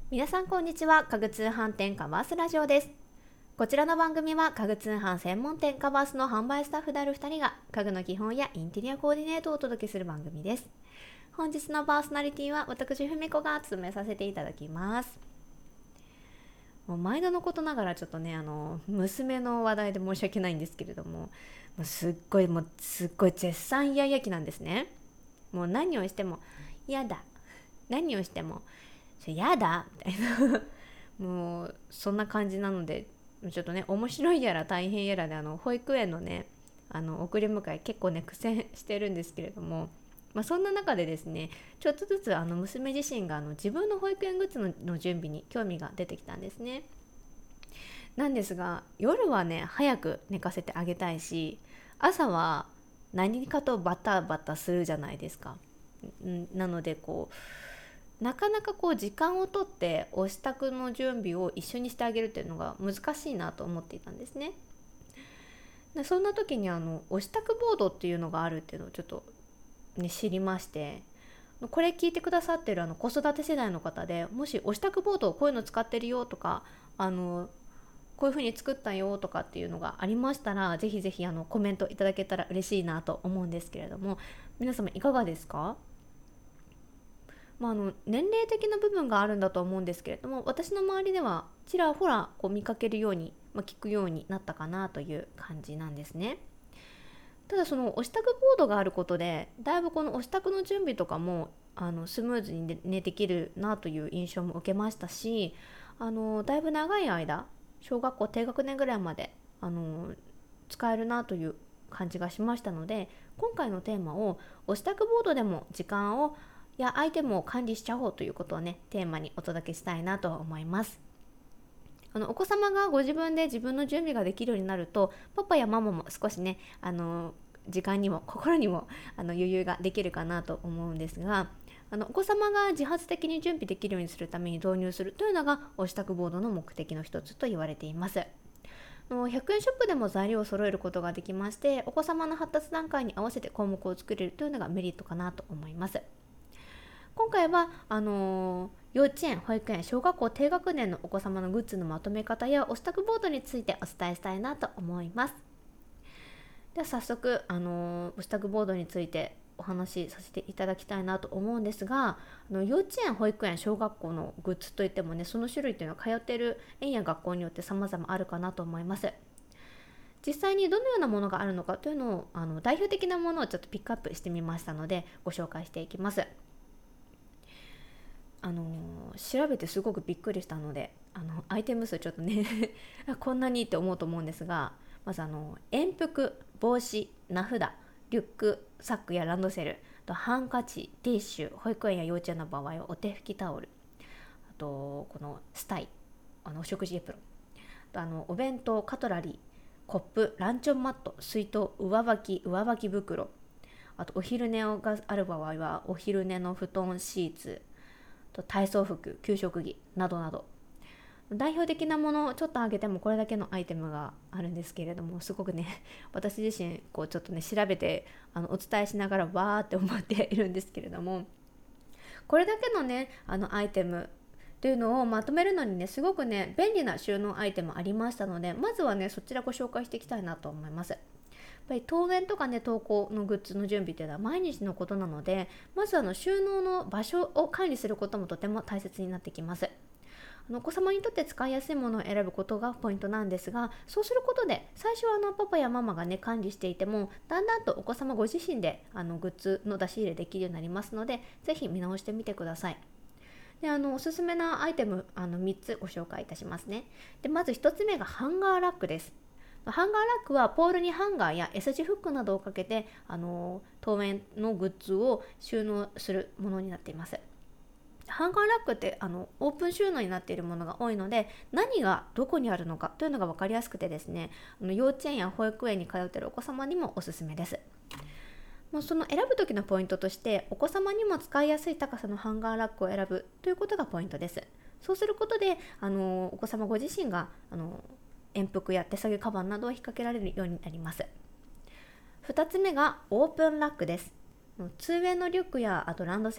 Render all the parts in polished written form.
皆さんこんにちは。家具通販店カバースラジオです。こちらの番組は家具通販専門店カバースの販売スタッフである2人が家具の基本やインテリアコーディネートをお届けする番組です。本日のパーソナリティは私ふみこが務めさせていただきます。もう毎度のことながらちょっとね娘の話題で申し訳ないんですけれども、すっごい絶賛イヤイヤ期なんですね。もう何をしても嫌だ、何をしてもやだみたいなもうそんな感じなので、ちょっとね面白いやら大変やらで保育園のね送り迎え結構ね苦戦してるんですけれども、そんな中でですねちょっとずつ娘自身が自分の保育園グッズの準備に興味が出てきたんですね。なんですが夜はね早く寝かせてあげたいし、朝は何かとバタバタするじゃないですか。なのでなかなか時間をとってお支度の準備を一緒にしてあげるっていうのが難しいなと思っていたんですね。でそんな時にお支度ボードっていうのがあるっていうのをちょっと、知りまして、これ聞いてくださってる子育て世代の方でもしお支度ボードをこういうの使ってるよとかこういう風に作ったよとかっていうのがありましたら、ぜひぜひコメントいただけたら嬉しいなと思うんですけれども、皆様いかがですか？年齢的な部分があるんだと思うんですけれども、私の周りではちらほら見かけるように、聞くようになったかなという感じなんですね。ただそのお支度ボードがあることでだいぶこのお支度の準備とかもスムーズに、できるなという印象も受けましたし、だいぶ長い間小学校低学年ぐらいまで使えるなという感じがしましたので、今回のテーマをお支度ボードでも時間をやアイテムを管理しちゃおうということをねテーマにお届けしたいなと思います。お子様がご自分で自分の準備ができるようになると、パパやママも少しね時間にも心にも余裕ができるかなと思うんですが、お子様が自発的に準備できるようにするために導入するというのがお支度ボードの目的の一つと言われています。100円ショップでも材料を揃えることができまして、お子様の発達段階に合わせて項目を作れるというのがメリットかなと思います。今回は幼稚園、保育園、小学校低学年のお子様のグッズのまとめ方やお支度ボードについてお伝えしたいなと思います。では早速、お支度ボードについてお話しさせていただきたいなと思うんですが、幼稚園、保育園、小学校のグッズといってもね、その種類というのは通っている園や学校によって様々あるかなと思います。実際にどのようなものがあるのかというのを代表的なものをちょっとピックアップしてみましたのでご紹介していきます。調べてすごくびっくりしたのでアイテム数ちょっとねこんなにって思うと思うんですが、まず鉛筆、帽子、名札、リュックサックやランドセル、あとハンカチ、ティッシュ、保育園や幼稚園の場合はお手拭きタオル、あとこのスタイ、お食事エプロン、あとお弁当、カトラリー、コップ、ランチョンマット、水筒、上履き袋、あとお昼寝がある場合はお昼寝の布団、シーツ、体操服、給食着などなど、代表的なものをちょっと挙げてもこれだけのアイテムがあるんですけれども、すごくね私自身ちょっとね調べてお伝えしながらわーって思っているんですけれども、これだけのねアイテムというのをまとめるのにねすごくね便利な収納アイテムありましたので、まずはねそちらご紹介していきたいなと思います。やっぱり登園とかね登校のグッズの準備というのは毎日のことなので、まず収納の場所を管理することもとても大切になってきます。お子様にとって使いやすいものを選ぶことがポイントなんですが、そうすることで最初はパパやママがね管理していても、だんだんとお子様ご自身でグッズの出し入れできるようになりますので、ぜひ見直してみてください。でおすすめなアイテム3つご紹介いたしますね。でまず1つ目がハンガーラックです。ハンガーラックはポールにハンガーや S 字フックなどをかけて当面のグッズを収納するものになっています。ハンガーラックってオープン収納になっているものが多いので、何がどこにあるのかというのが分かりやすくてですね、幼稚園や保育園に通っているお子様にもおすすめです。もうその選ぶ時のポイントとして、お子様にも使いやすい高さのハンガーラックを選ぶということがポイントです。そうすることでお子様ご自身が鉛筆や手提げカバンなどを引っ掛けられるようになります。2つ目がオープンラックです。通園のリュックやあとランドセル、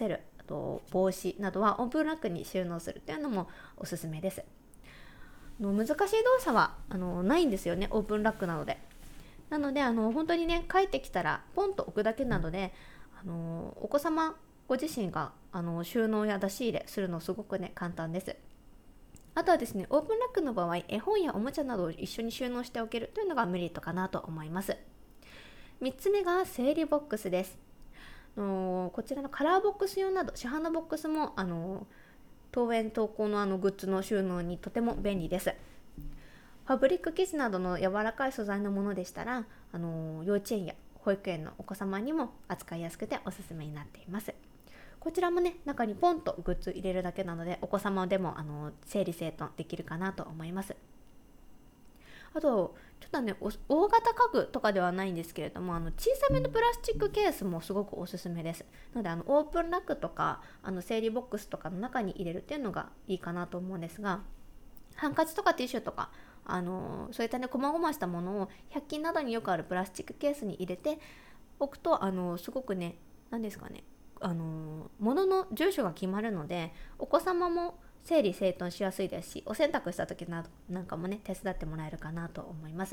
と帽子などはオープンラックに収納するというのもおすすめです。難しい動作はないんですよね、オープンラックなので。なので本当にね、帰ってきたらポンと置くだけなので、お子様ご自身が収納や出し入れするのすごくね簡単です。あとはですね、オープンラックの場合、絵本やおもちゃなどを一緒に収納しておけるというのがメリットかなと思います。3つ目が整理ボックスです。こちらのカラーボックス用など市販のボックスも当園投稿のグッズの収納にとても便利です。ファブリック生地などの柔らかい素材のものでしたら幼稚園や保育園のお子様にも扱いやすくておすすめになっています。こちらもね、中にポンとグッズ入れるだけなのでお子様でも整理整頓できるかなと思います。あとちょっとね、大型家具とかではないんですけれども小さめのプラスチックケースもすごくおすすめです。なのでオープンラックとか整理ボックスとかの中に入れるっていうのがいいかなと思うんですが、ハンカチとかティッシュとかそういったね細々したものを100均などによくあるプラスチックケースに入れておくとすごくね、何ですかね、物の住所が決まるのでお子様も整理整頓しやすいですし、お洗濯した時なんかもね手伝ってもらえるかなと思います。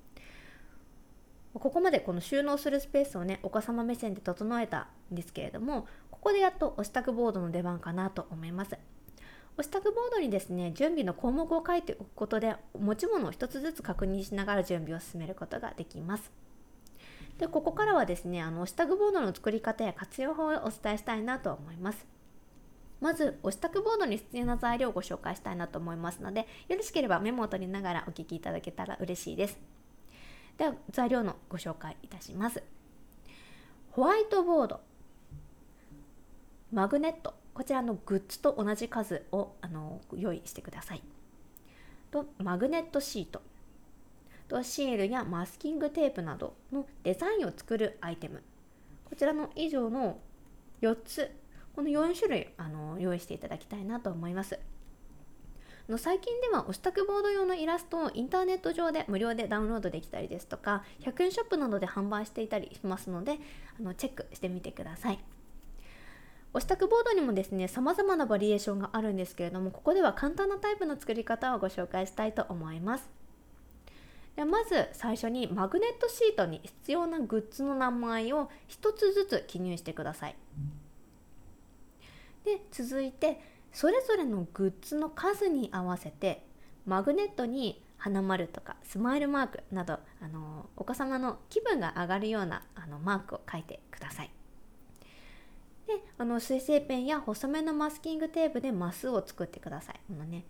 ここまでこの収納するスペースをねお子様目線で整えたんですけれども、ここでやっとお支度ボードの出番かなと思います。お支度ボードにですね、準備の項目を書いておくことで持ち物を一つずつ確認しながら準備を進めることができます。でここからはですね、お支度ボードの作り方や活用法をお伝えしたいなと思います。まずお支度ボードに必要な材料をご紹介したいなと思いますので、よろしければメモを取りながらお聞きいただけたら嬉しいです。では材料のご紹介いたします。ホワイトボード、マグネット、こちらのグッズと同じ数を用意してください。とマグネットシートとシールやマスキングテープなどのデザインを作るアイテム、こちらの以上の4つ、この4種類用意していただきたいなと思います。最近ではお支度ボード用のイラストをインターネット上で無料でダウンロードできたりですとか、100円ショップなどで販売していたりしますのでチェックしてみてください。お支度ボードにもですね、様々なバリエーションがあるんですけれども、ここでは簡単なタイプの作り方をご紹介したいと思います。ではまず最初にマグネットシートに必要なグッズの名前を一つずつ記入してください。で続いてそれぞれのグッズの数に合わせてマグネットに花丸とかスマイルマークなどお子様の気分が上がるようなマークを書いてください。で水性ペンや細めのマスキングテープでマスを作ってください。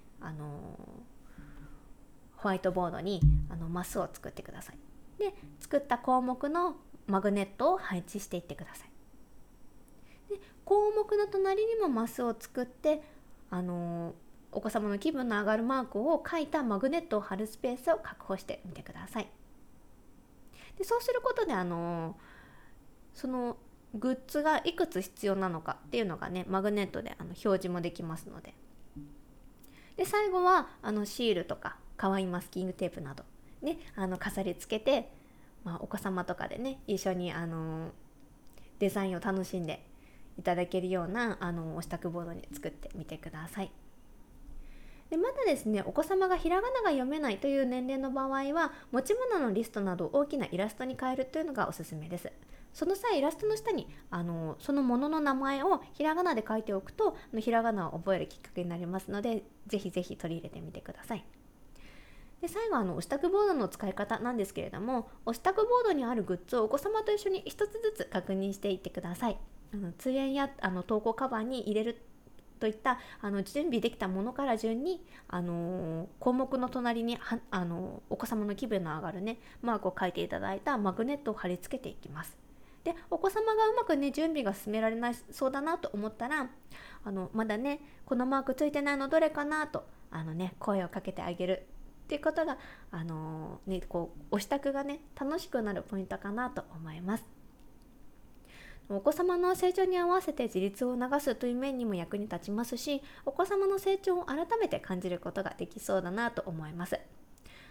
ホワイトボードにマスを作ってください。で作った項目のマグネットを配置していってください。で項目の隣にもマスを作ってお子様の気分の上がるマークを書いたマグネットを貼るスペースを確保してみてください。でそうすることでそのグッズがいくつ必要なのかっていうのがねマグネットで表示もできますので。で最後はシールとか可愛いマスキングテープなどね飾り付けて、お子様とかでね一緒にデザインを楽しんでいただけるようなお支度ボードに作ってみてください。でまだですねお子様がひらがなが読めないという年齢の場合は持ち物のリストなどを大きなイラストに変えるというのがおすすめです。その際イラストの下にそのものの名前をひらがなで書いておくとひらがなを覚えるきっかけになりますので、ぜひぜひ取り入れてみてください。で最後お支度ボードの使い方なんですけれども、お支度ボードにあるグッズをお子様と一緒に一つずつ確認していってください。通園や登校カバンに入れるといった準備できたものから順に項目の隣にお子様の気分の上がるねマークを書いていただいたマグネットを貼り付けていきます。でお子様がうまくね準備が進められないそうだなと思ったらまだねこのマークついてないのどれかなと声をかけてあげるっていうことがお支度がね楽しくなるポイントかなと思います。お子様の成長に合わせて自立を促すという面にも役に立ちますし、お子様の成長を改めて感じることができそうだなと思います。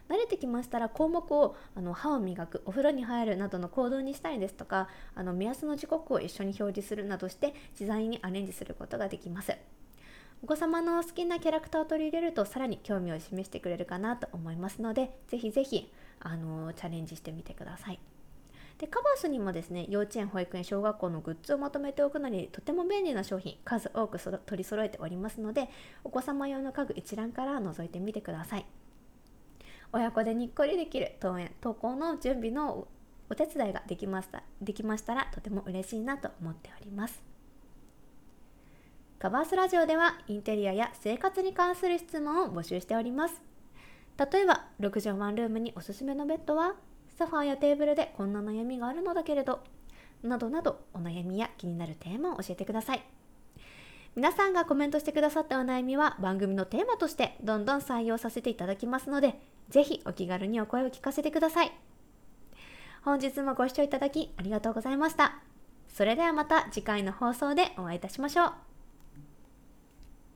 慣れてきましたら項目を歯を磨く、お風呂に入るなどの行動にしたりですとか、目安の時刻を一緒に表示するなどして自在にアレンジすることができます。お子様の好きなキャラクターを取り入れるとさらに興味を示してくれるかなと思いますので、ぜひぜひチャレンジしてみてください。でカバースにもですね、幼稚園、保育園、小学校のグッズをまとめておくのにとても便利な商品数多く取り揃えておりますので、お子様用の家具一覧から覗いてみてください。親子でにっこりできる登校の準備のお手伝いができましたらとても嬉しいなと思っております。カバースラジオではインテリアや生活に関する質問を募集しております。例えば6畳ワンルームにおすすめのベッドは、ソファーやテーブルでこんな悩みがあるのだけれど、などなどお悩みや気になるテーマを教えてください。皆さんがコメントしてくださったお悩みは番組のテーマとしてどんどん採用させていただきますので、ぜひお気軽にお声を聞かせてください。本日もご視聴いただきありがとうございました。それではまた次回の放送でお会いいたしましょう。